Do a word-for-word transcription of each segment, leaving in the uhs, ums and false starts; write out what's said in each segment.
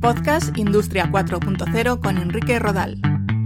Podcast Industria cuatro punto cero con Enrique Rodal.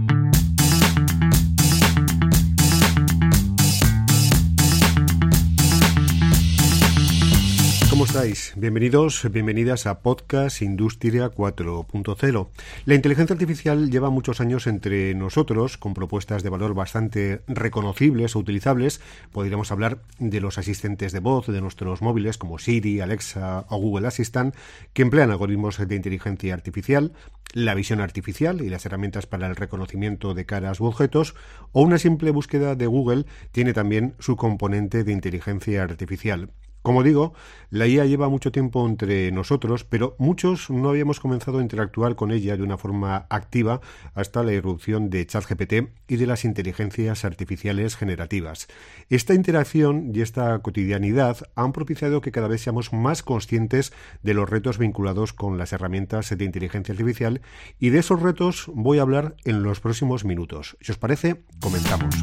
¿Cómo estáis? Bienvenidos, bienvenidas a Podcast Industria cuatro punto cero. La inteligencia artificial lleva muchos años entre nosotros, con propuestas de valor bastante reconocibles o utilizables. Podríamos hablar de los asistentes de voz de nuestros móviles como Siri, Alexa o Google Assistant, que emplean algoritmos de inteligencia artificial, la visión artificial y las herramientas para el reconocimiento de caras u objetos, o una simple búsqueda de Google tiene también su componente de inteligencia artificial. Como digo, la I A lleva mucho tiempo entre nosotros, pero muchos no habíamos comenzado a interactuar con ella de una forma activa hasta la irrupción de ChatGPT y de las inteligencias artificiales generativas. Esta interacción y esta cotidianidad han propiciado que cada vez seamos más conscientes de los retos vinculados con las herramientas de inteligencia artificial, y de esos retos voy a hablar en los próximos minutos. Si os parece, comenzamos.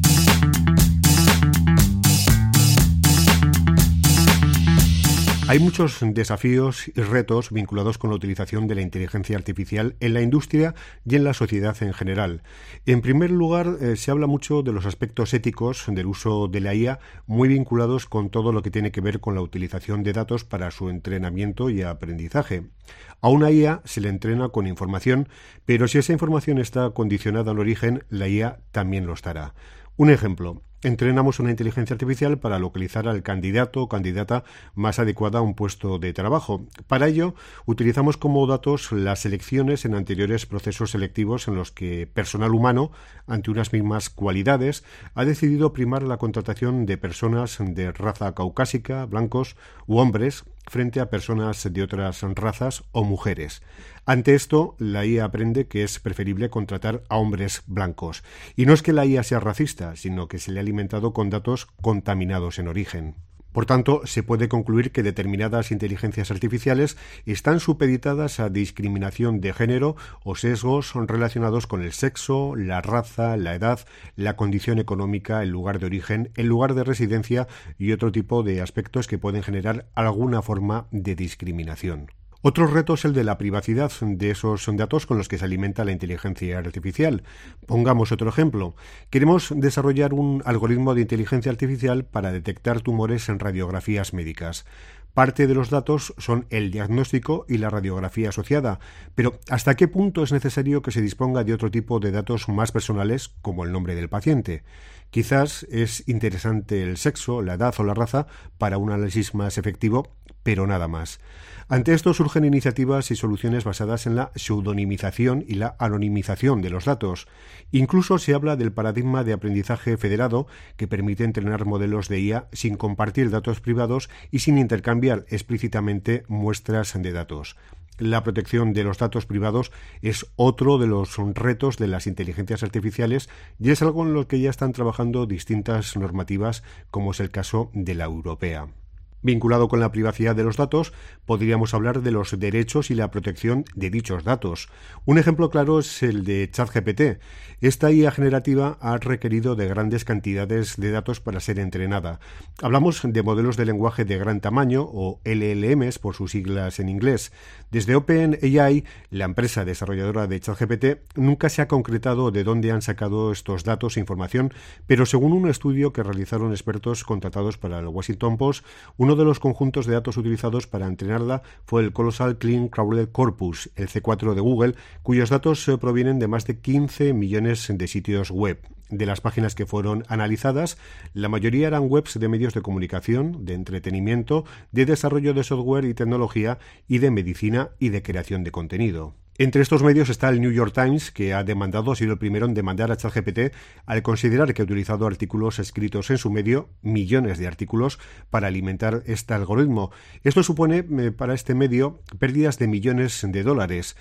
Hay muchos desafíos y retos vinculados con la utilización de la inteligencia artificial en la industria y en la sociedad en general. En primer lugar, eh, se habla mucho de los aspectos éticos del uso de la I A, muy vinculados con todo lo que tiene que ver con la utilización de datos para su entrenamiento y aprendizaje. A una I A se le entrena con información, pero si esa información está condicionada al origen, la I A también lo estará. Un ejemplo. Entrenamos una inteligencia artificial para localizar al candidato o candidata más adecuada a un puesto de trabajo. Para ello, utilizamos como datos las elecciones en anteriores procesos selectivos en los que personal humano, ante unas mismas cualidades, ha decidido primar la contratación de personas de raza caucásica, blancos u hombres, frente a personas de otras razas o mujeres. Ante esto, la I A aprende que es preferible contratar a hombres blancos. Y no es que la I A sea racista, sino que se le ha alimentado con datos contaminados en origen. Por tanto, se puede concluir que determinadas inteligencias artificiales están supeditadas a discriminación de género o sesgos relacionados con el sexo, la raza, la edad, la condición económica, el lugar de origen, el lugar de residencia y otro tipo de aspectos que pueden generar alguna forma de discriminación. Otro reto es el de la privacidad de esos datos con los que se alimenta la inteligencia artificial. Pongamos otro ejemplo. Queremos desarrollar un algoritmo de inteligencia artificial para detectar tumores en radiografías médicas. Parte de los datos son el diagnóstico y la radiografía asociada, pero ¿hasta qué punto es necesario que se disponga de otro tipo de datos más personales, como el nombre del paciente? Quizás es interesante el sexo, la edad o la raza para un análisis más efectivo, pero nada más. Ante esto surgen iniciativas y soluciones basadas en la pseudonimización y la anonimización de los datos. Incluso se habla del paradigma de aprendizaje federado, que permite entrenar modelos de I A sin compartir datos privados y sin intercambiar explícitamente muestras de datos. La protección de los datos privados es otro de los retos de las inteligencias artificiales y es algo en lo que ya están trabajando distintas normativas, como es el caso de la europea. Vinculado con la privacidad de los datos, podríamos hablar de los derechos y la protección de dichos datos. Un ejemplo claro es el de ChatGPT. Esta I A generativa ha requerido de grandes cantidades de datos para ser entrenada. Hablamos de modelos de lenguaje de gran tamaño, o L L Ms por sus siglas en inglés. Desde OpenAI, la empresa desarrolladora de ChatGPT, nunca se ha concretado de dónde han sacado estos datos e información, pero según un estudio que realizaron expertos contratados para el Washington Post, uno Uno de los conjuntos de datos utilizados para entrenarla fue el Colossal Clean Crawled Corpus, el C cuatro de Google, cuyos datos provienen de más de quince millones de sitios web. De las páginas que fueron analizadas, la mayoría eran webs de medios de comunicación, de entretenimiento, de desarrollo de software y tecnología, y de medicina y de creación de contenido. Entre estos medios está el New York Times, que ha demandado, ha sido el primero en demandar a ChatGPT al considerar que ha utilizado artículos escritos en su medio, millones de artículos, para alimentar este algoritmo. Esto supone eh, para este medio pérdidas de millones de dólares.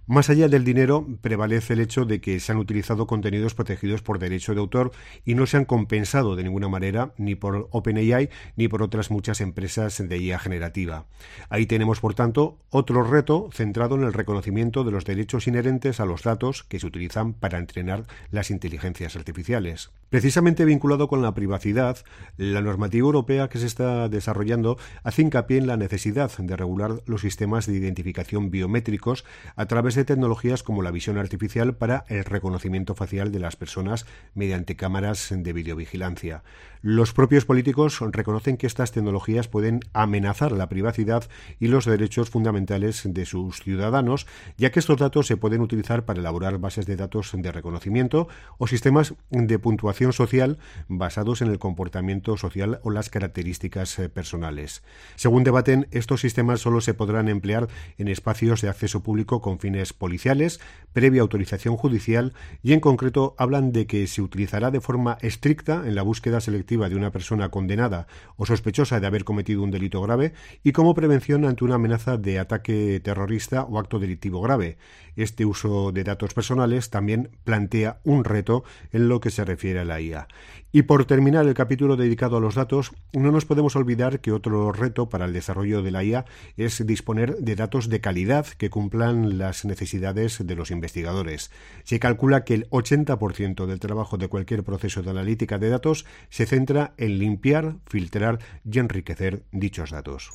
Más allá del dinero, prevalece el hecho de que se han utilizado contenidos protegidos por derecho de autor y no se han compensado de ninguna manera ni por OpenAI ni por otras muchas empresas de I A generativa. Ahí tenemos, por tanto, otro reto centrado en el reconocimiento de los derechos inherentes a los datos que se utilizan para entrenar las inteligencias artificiales. Precisamente vinculado con la privacidad, la normativa europea que se está desarrollando hace hincapié en la necesidad de regular los sistemas de identificación biométricos a través de tecnologías como la visión artificial para el reconocimiento facial de las personas mediante cámaras de videovigilancia. Los propios políticos reconocen que estas tecnologías pueden amenazar la privacidad y los derechos fundamentales de sus ciudadanos, ya que estos datos se pueden utilizar para elaborar bases de datos de reconocimiento o sistemas de puntuación social basados en el comportamiento social o las características personales. Según debaten, estos sistemas solo se podrán emplear en espacios de acceso público con fines policiales, previa autorización judicial, y en concreto hablan de que se utilizará de forma estricta en la búsqueda selectiva de una persona condenada o sospechosa de haber cometido un delito grave y como prevención ante una amenaza de ataque terrorista o acto delictivo grave. Este uso de datos personales también plantea un reto en lo que se refiere a la I A. Y por terminar el capítulo dedicado a los datos, no nos podemos olvidar que otro reto para el desarrollo de la I A es disponer de datos de calidad que cumplan las necesidades de los investigadores. Se calcula que el ochenta por ciento del trabajo de cualquier proceso de analítica de datos se centra en limpiar, filtrar y enriquecer dichos datos.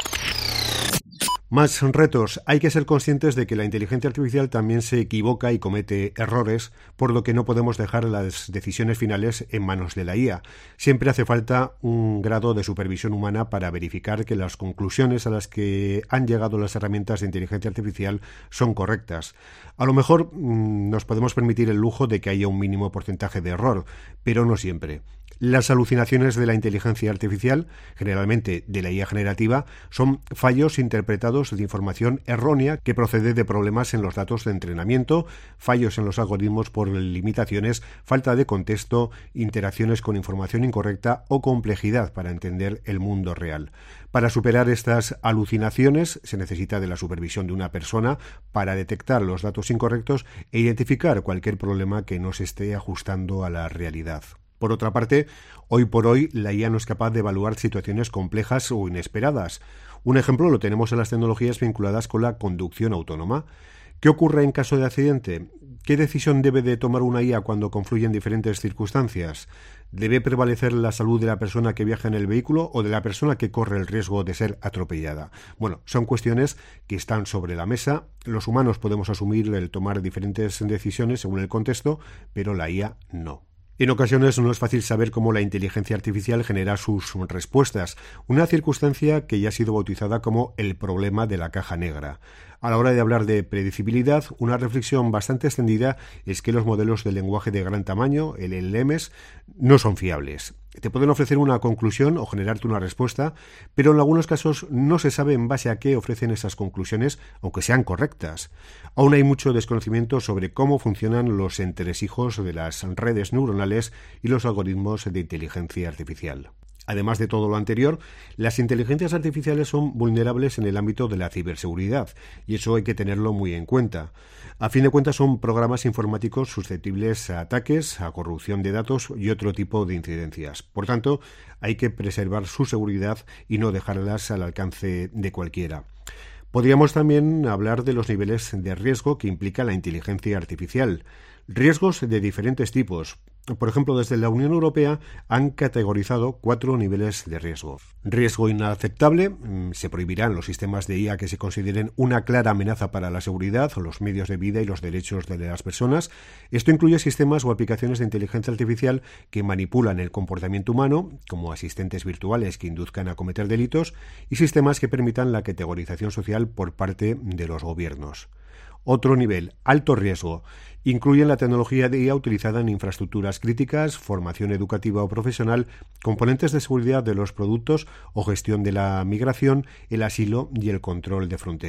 Más retos. Hay que ser conscientes de que la inteligencia artificial también se equivoca y comete errores, por lo que no podemos dejar las decisiones finales en manos de la I A. Siempre hace falta un grado de supervisión humana para verificar que las conclusiones a las que han llegado las herramientas de inteligencia artificial son correctas. A lo mejor mmm, nos podemos permitir el lujo de que haya un mínimo porcentaje de error, pero no siempre. Las alucinaciones de la inteligencia artificial, generalmente de la I A generativa, son fallos interpretados de información errónea que procede de problemas en los datos de entrenamiento, fallos en los algoritmos por limitaciones, falta de contexto, interacciones con información incorrecta o complejidad para entender el mundo real. Para superar estas alucinaciones se necesita de la supervisión de una persona para detectar los datos incorrectos e identificar cualquier problema que no se esté ajustando a la realidad. Por otra parte, hoy por hoy la I A no es capaz de evaluar situaciones complejas o inesperadas. Un ejemplo lo tenemos en las tecnologías vinculadas con la conducción autónoma. ¿Qué ocurre en caso de accidente? ¿Qué decisión debe de tomar una I A cuando confluyen diferentes circunstancias? ¿Debe prevalecer la salud de la persona que viaja en el vehículo o de la persona que corre el riesgo de ser atropellada? Bueno, son cuestiones que están sobre la mesa. Los humanos podemos asumir el tomar diferentes decisiones según el contexto, pero la I A no. En ocasiones no es fácil saber cómo la inteligencia artificial genera sus respuestas, una circunstancia que ya ha sido bautizada como el problema de la caja negra. A la hora de hablar de predecibilidad, una reflexión bastante extendida es que los modelos de lenguaje de gran tamaño, el L L Ms, no son fiables. Te pueden ofrecer una conclusión o generarte una respuesta, pero en algunos casos no se sabe en base a qué ofrecen esas conclusiones, aunque sean correctas. Aún hay mucho desconocimiento sobre cómo funcionan los entresijos de las redes neuronales y los algoritmos de inteligencia artificial. Además de todo lo anterior, las inteligencias artificiales son vulnerables en el ámbito de la ciberseguridad, y eso hay que tenerlo muy en cuenta. A fin de cuentas, son programas informáticos susceptibles a ataques, a corrupción de datos y otro tipo de incidencias. Por tanto, hay que preservar su seguridad y no dejarlas al alcance de cualquiera. Podríamos también hablar de los niveles de riesgo que implica la inteligencia artificial. Riesgos de diferentes tipos. Por ejemplo, desde la Unión Europea han categorizado cuatro niveles de riesgo. Riesgo inaceptable. Se prohibirán los sistemas de I A que se consideren una clara amenaza para la seguridad, los medios de vida y los derechos de las personas. Esto incluye sistemas o aplicaciones de inteligencia artificial que manipulan el comportamiento humano, como asistentes virtuales que induzcan a cometer delitos, y sistemas que permitan la categorización social por parte de los gobiernos. Otro nivel, alto riesgo, incluyen la tecnología de I A utilizada en infraestructuras críticas, formación educativa o profesional, componentes de seguridad de los productos o gestión de la migración, el asilo y el control de fronteras.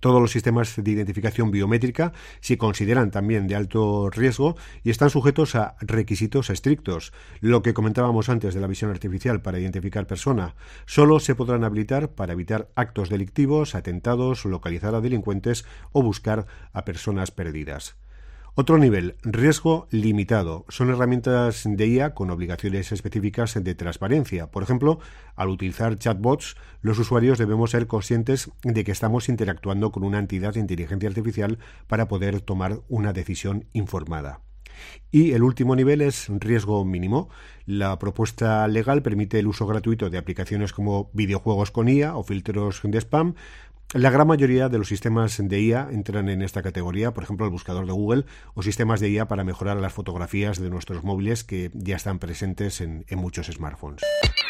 Todos los sistemas de identificación biométrica se consideran también de alto riesgo y están sujetos a requisitos estrictos. Lo que comentábamos antes de la visión artificial para identificar persona, solo se podrán habilitar para evitar actos delictivos, atentados, localizar a delincuentes o buscar a personas perdidas. Otro nivel, riesgo limitado. Son herramientas de I A con obligaciones específicas de transparencia. Por ejemplo, al utilizar chatbots, los usuarios debemos ser conscientes de que estamos interactuando con una entidad de inteligencia artificial para poder tomar una decisión informada. Y el último nivel es riesgo mínimo. La propuesta legal permite el uso gratuito de aplicaciones como videojuegos con I A o filtros de spam. La gran mayoría de los sistemas de I A entran en esta categoría, por ejemplo el buscador de Google o sistemas de I A para mejorar las fotografías de nuestros móviles que ya están presentes en, en muchos smartphones.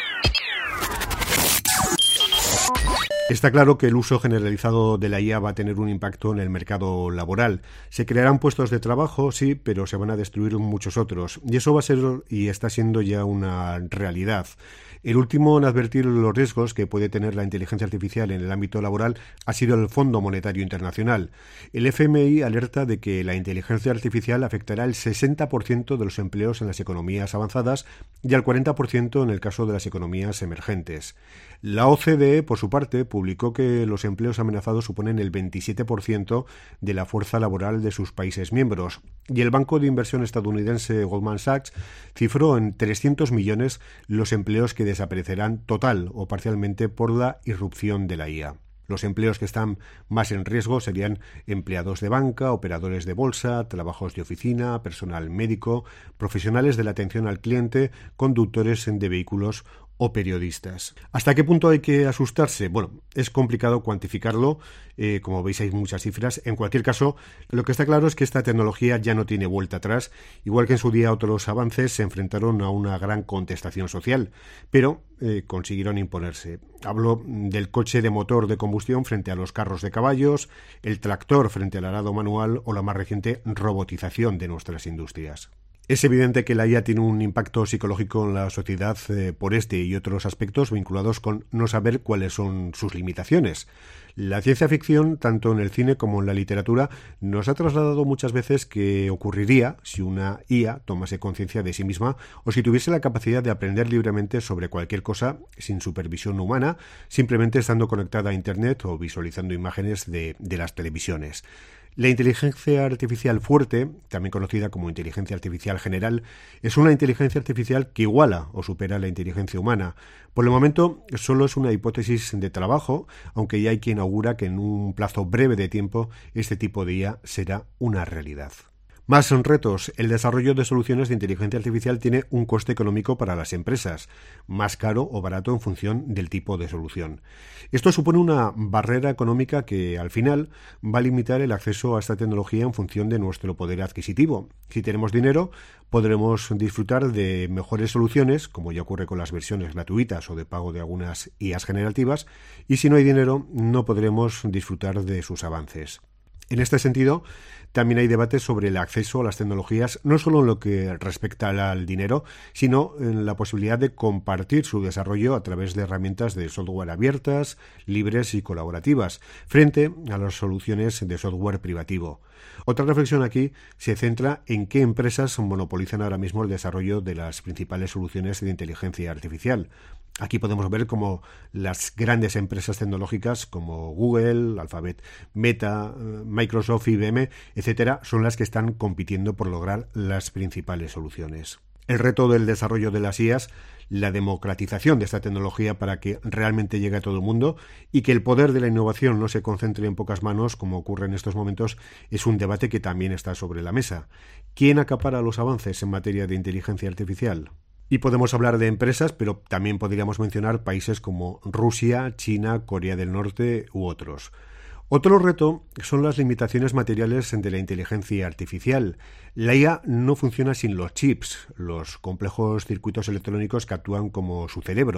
Está claro que el uso generalizado de la I A va a tener un impacto en el mercado laboral. Se crearán puestos de trabajo, sí, pero se van a destruir muchos otros. Y eso va a ser y está siendo ya una realidad. El último en advertir los riesgos que puede tener la inteligencia artificial en el ámbito laboral ha sido el Fondo Monetario Internacional. El F M I alerta de que la inteligencia artificial afectará el sesenta por ciento de los empleos en las economías avanzadas y al cuarenta por ciento en el caso de las economías emergentes. La O C D E, por su parte, publicó que los empleos amenazados suponen el veintisiete por ciento de la fuerza laboral de sus países miembros. Y el banco de inversión estadounidense Goldman Sachs cifró en trescientos millones los empleos que desaparecerán total o parcialmente por la irrupción de la I A. Los empleos que están más en riesgo serían empleados de banca, operadores de bolsa, trabajos de oficina, personal médico, profesionales de la atención al cliente, conductores de vehículos o periodistas. ¿Hasta qué punto hay que asustarse? Bueno, es complicado cuantificarlo, eh, como veis hay muchas cifras. En cualquier caso, lo que está claro es que esta tecnología ya no tiene vuelta atrás, igual que en su día otros avances se enfrentaron a una gran contestación social, pero eh, consiguieron imponerse. Hablo del coche de motor de combustión frente a los carros de caballos, el tractor frente al arado manual o la más reciente robotización de nuestras industrias. Es evidente que la I A tiene un impacto psicológico en la sociedad eh, por este y otros aspectos vinculados con no saber cuáles son sus limitaciones. La ciencia ficción, tanto en el cine como en la literatura, nos ha trasladado muchas veces que ocurriría si una I A tomase conciencia de sí misma o si tuviese la capacidad de aprender libremente sobre cualquier cosa sin supervisión humana, simplemente estando conectada a Internet o visualizando imágenes de, de las televisiones. La inteligencia artificial fuerte, también conocida como inteligencia artificial general, es una inteligencia artificial que iguala o supera la inteligencia humana. Por el momento solo es una hipótesis de trabajo, aunque ya hay quien augura que en un plazo breve de tiempo este tipo de I A será una realidad. Más retos. El desarrollo de soluciones de inteligencia artificial tiene un coste económico para las empresas, más caro o barato en función del tipo de solución. Esto supone una barrera económica que, al final, va a limitar el acceso a esta tecnología en función de nuestro poder adquisitivo. Si tenemos dinero, podremos disfrutar de mejores soluciones, como ya ocurre con las versiones gratuitas o de pago de algunas I As generativas, y si no hay dinero, no podremos disfrutar de sus avances. En este sentido, también hay debates sobre el acceso a las tecnologías, no solo en lo que respecta al dinero, sino en la posibilidad de compartir su desarrollo a través de herramientas de software abiertas, libres y colaborativas, frente a las soluciones de software privativo. Otra reflexión aquí se centra en qué empresas monopolizan ahora mismo el desarrollo de las principales soluciones de inteligencia artificial. Aquí podemos ver cómo las grandes empresas tecnológicas como Google, Alphabet, Meta, Microsoft, I B M, etcétera, son las que están compitiendo por lograr las principales soluciones. El reto del desarrollo de las I As, la democratización de esta tecnología para que realmente llegue a todo el mundo y que el poder de la innovación no se concentre en pocas manos, como ocurre en estos momentos, es un debate que también está sobre la mesa. ¿Quién acapara los avances en materia de inteligencia artificial? Y podemos hablar de empresas, pero también podríamos mencionar países como Rusia, China, Corea del Norte u otros. Otro reto son las limitaciones materiales de la inteligencia artificial. La I A no funciona sin los chips, los complejos circuitos electrónicos que actúan como su cerebro.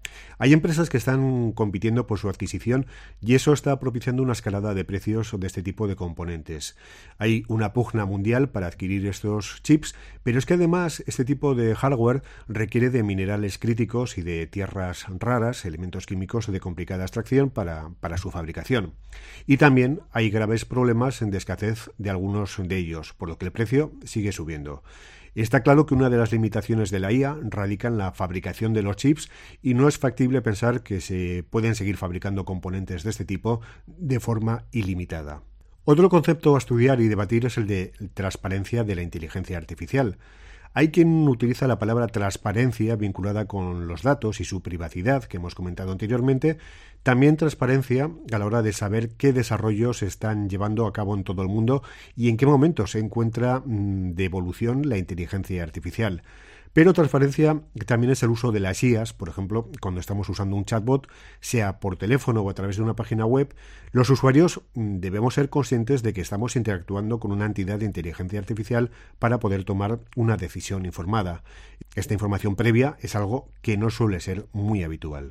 Hay empresas que están compitiendo por su adquisición y eso está propiciando una escalada de precios de este tipo de componentes. Hay una pugna mundial para adquirir estos chips, pero es que además este tipo de hardware requiere de minerales críticos y de tierras raras, elementos químicos de complicada extracción para, para su fabricación. Y también hay graves problemas de escasez de algunos de ellos, por lo que el precio sigue subiendo. Está claro que una de las limitaciones de la I A radica en la fabricación de los chips y no es factible pensar que se pueden seguir fabricando componentes de este tipo de forma ilimitada. Otro concepto a estudiar y debatir es el de transparencia de la inteligencia artificial. Hay quien utiliza la palabra transparencia vinculada con los datos y su privacidad, que hemos comentado anteriormente, también transparencia a la hora de saber qué desarrollos se están llevando a cabo en todo el mundo y en qué momento se encuentra mmm, de evolución la inteligencia artificial. Pero transparencia también es el uso de las I As, por ejemplo, cuando estamos usando un chatbot, sea por teléfono o a través de una página web, los usuarios debemos ser conscientes de que estamos interactuando con una entidad de inteligencia artificial para poder tomar una decisión informada. Esta información previa es algo que no suele ser muy habitual.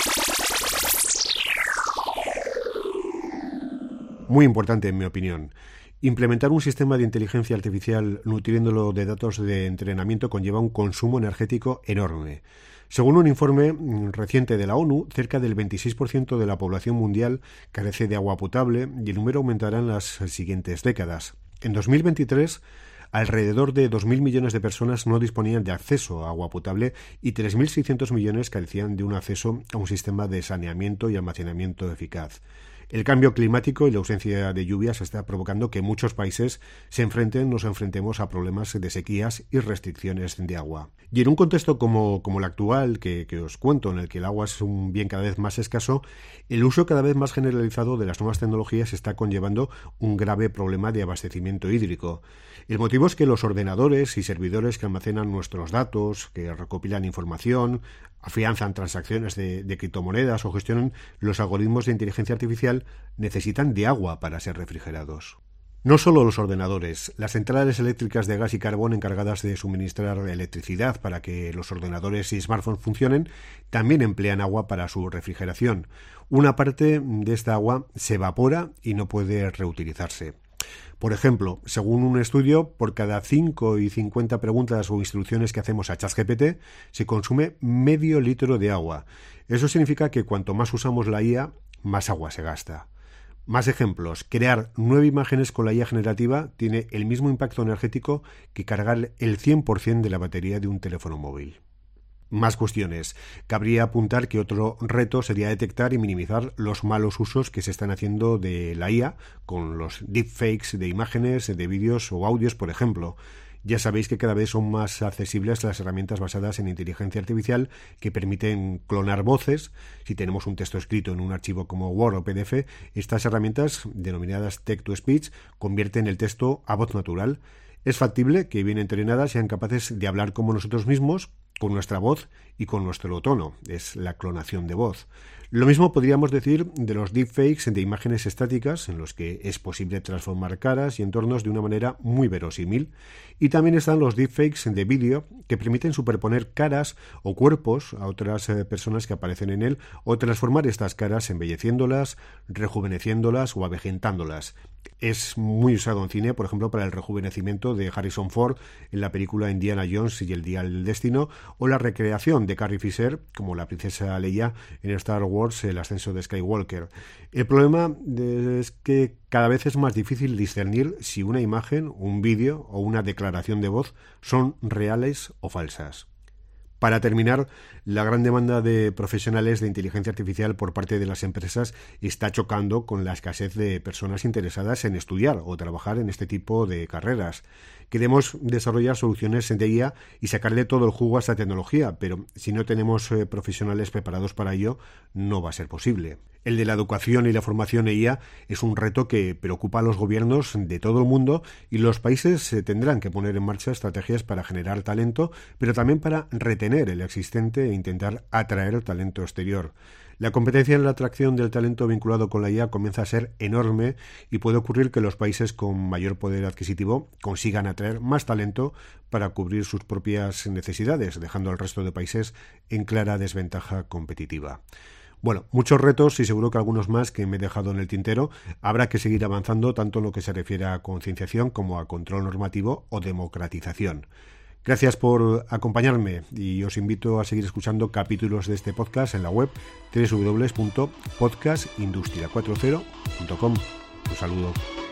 Muy importante, en mi opinión. Implementar un sistema de inteligencia artificial nutriéndolo de datos de entrenamiento conlleva un consumo energético enorme. Según un informe reciente de la ONU, cerca del veintiséis por ciento de la población mundial carece de agua potable y el número aumentará en las siguientes décadas. En dos mil veintitrés, alrededor de dos mil millones de personas no disponían de acceso a agua potable y tres mil seiscientos millones carecían de un acceso a un sistema de saneamiento y almacenamiento eficaz. El cambio climático y la ausencia de lluvias está provocando que muchos países se enfrenten, nos enfrentemos a problemas de sequías y restricciones de agua. Y en un contexto como, como el actual, que, que os cuento, en el que el agua es un bien cada vez más escaso, el uso cada vez más generalizado de las nuevas tecnologías está conllevando un grave problema de abastecimiento hídrico. El motivo es que los ordenadores y servidores que almacenan nuestros datos, que recopilan información, afianzan transacciones de, de criptomonedas o gestionan los algoritmos de inteligencia artificial necesitan de agua para ser refrigerados. No solo los ordenadores, las centrales eléctricas de gas y carbón encargadas de suministrar electricidad para que los ordenadores y smartphones funcionen, también emplean agua para su refrigeración. Una parte de esta agua se evapora y no puede reutilizarse. Por ejemplo, según un estudio, por cada cinco y cincuenta preguntas o instrucciones que hacemos a ChatGPT, se consume medio litro de agua. Eso significa que cuanto más usamos la I A, más agua se gasta. Más ejemplos. Crear nueve imágenes con la I A generativa tiene el mismo impacto energético que cargar el cien por ciento de la batería de un teléfono móvil. Más cuestiones. Cabría apuntar que otro reto sería detectar y minimizar los malos usos que se están haciendo de la I A con los deepfakes de imágenes, de vídeos o audios, por ejemplo. Ya sabéis que cada vez son más accesibles las herramientas basadas en inteligencia artificial que permiten clonar voces. Si tenemos un texto escrito en un archivo como Word o P D F, estas herramientas, denominadas text-to-speech, convierten el texto a voz natural. Es factible que bien entrenadas sean capaces de hablar como nosotros mismos, con nuestra voz y con nuestro tono. Es la clonación de voz. Lo mismo podríamos decir de los deepfakes de imágenes estáticas, en los que es posible transformar caras y entornos de una manera muy verosímil. Y también están los deepfakes de vídeo, que permiten superponer caras o cuerpos a otras eh, personas que aparecen en él, o transformar estas caras embelleciéndolas, rejuveneciéndolas o avejentándolas. Es muy usado en cine, por ejemplo, para el rejuvenecimiento de Harrison Ford en la película Indiana Jones y el Día del Destino, o la recreación de Carrie Fisher como la princesa Leia en Star Wars, el ascenso de Skywalker. El problema es que cada vez es más difícil discernir si una imagen, un vídeo o una declaración de voz son reales o falsas. Para terminar, la gran demanda de profesionales de inteligencia artificial por parte de las empresas está chocando con la escasez de personas interesadas en estudiar o trabajar en este tipo de carreras. Queremos desarrollar soluciones de I A y sacarle todo el jugo a esta tecnología, pero si no tenemos eh, profesionales preparados para ello, no va a ser posible. El de la educación y la formación E I A es un reto que preocupa a los gobiernos de todo el mundo y los países tendrán que poner en marcha estrategias para generar talento, pero también para retener el existente e intentar atraer talento exterior. La competencia en la atracción del talento vinculado con la I A comienza a ser enorme y puede ocurrir que los países con mayor poder adquisitivo consigan atraer más talento para cubrir sus propias necesidades, dejando al resto de países en clara desventaja competitiva. Bueno, muchos retos y seguro que algunos más que me he dejado en el tintero. Habrá que seguir avanzando tanto en lo que se refiere a concienciación como a control normativo o democratización. Gracias por acompañarme y os invito a seguir escuchando capítulos de este podcast en la web doble u doble u doble u punto podcast industria cuarenta punto com. Un saludo.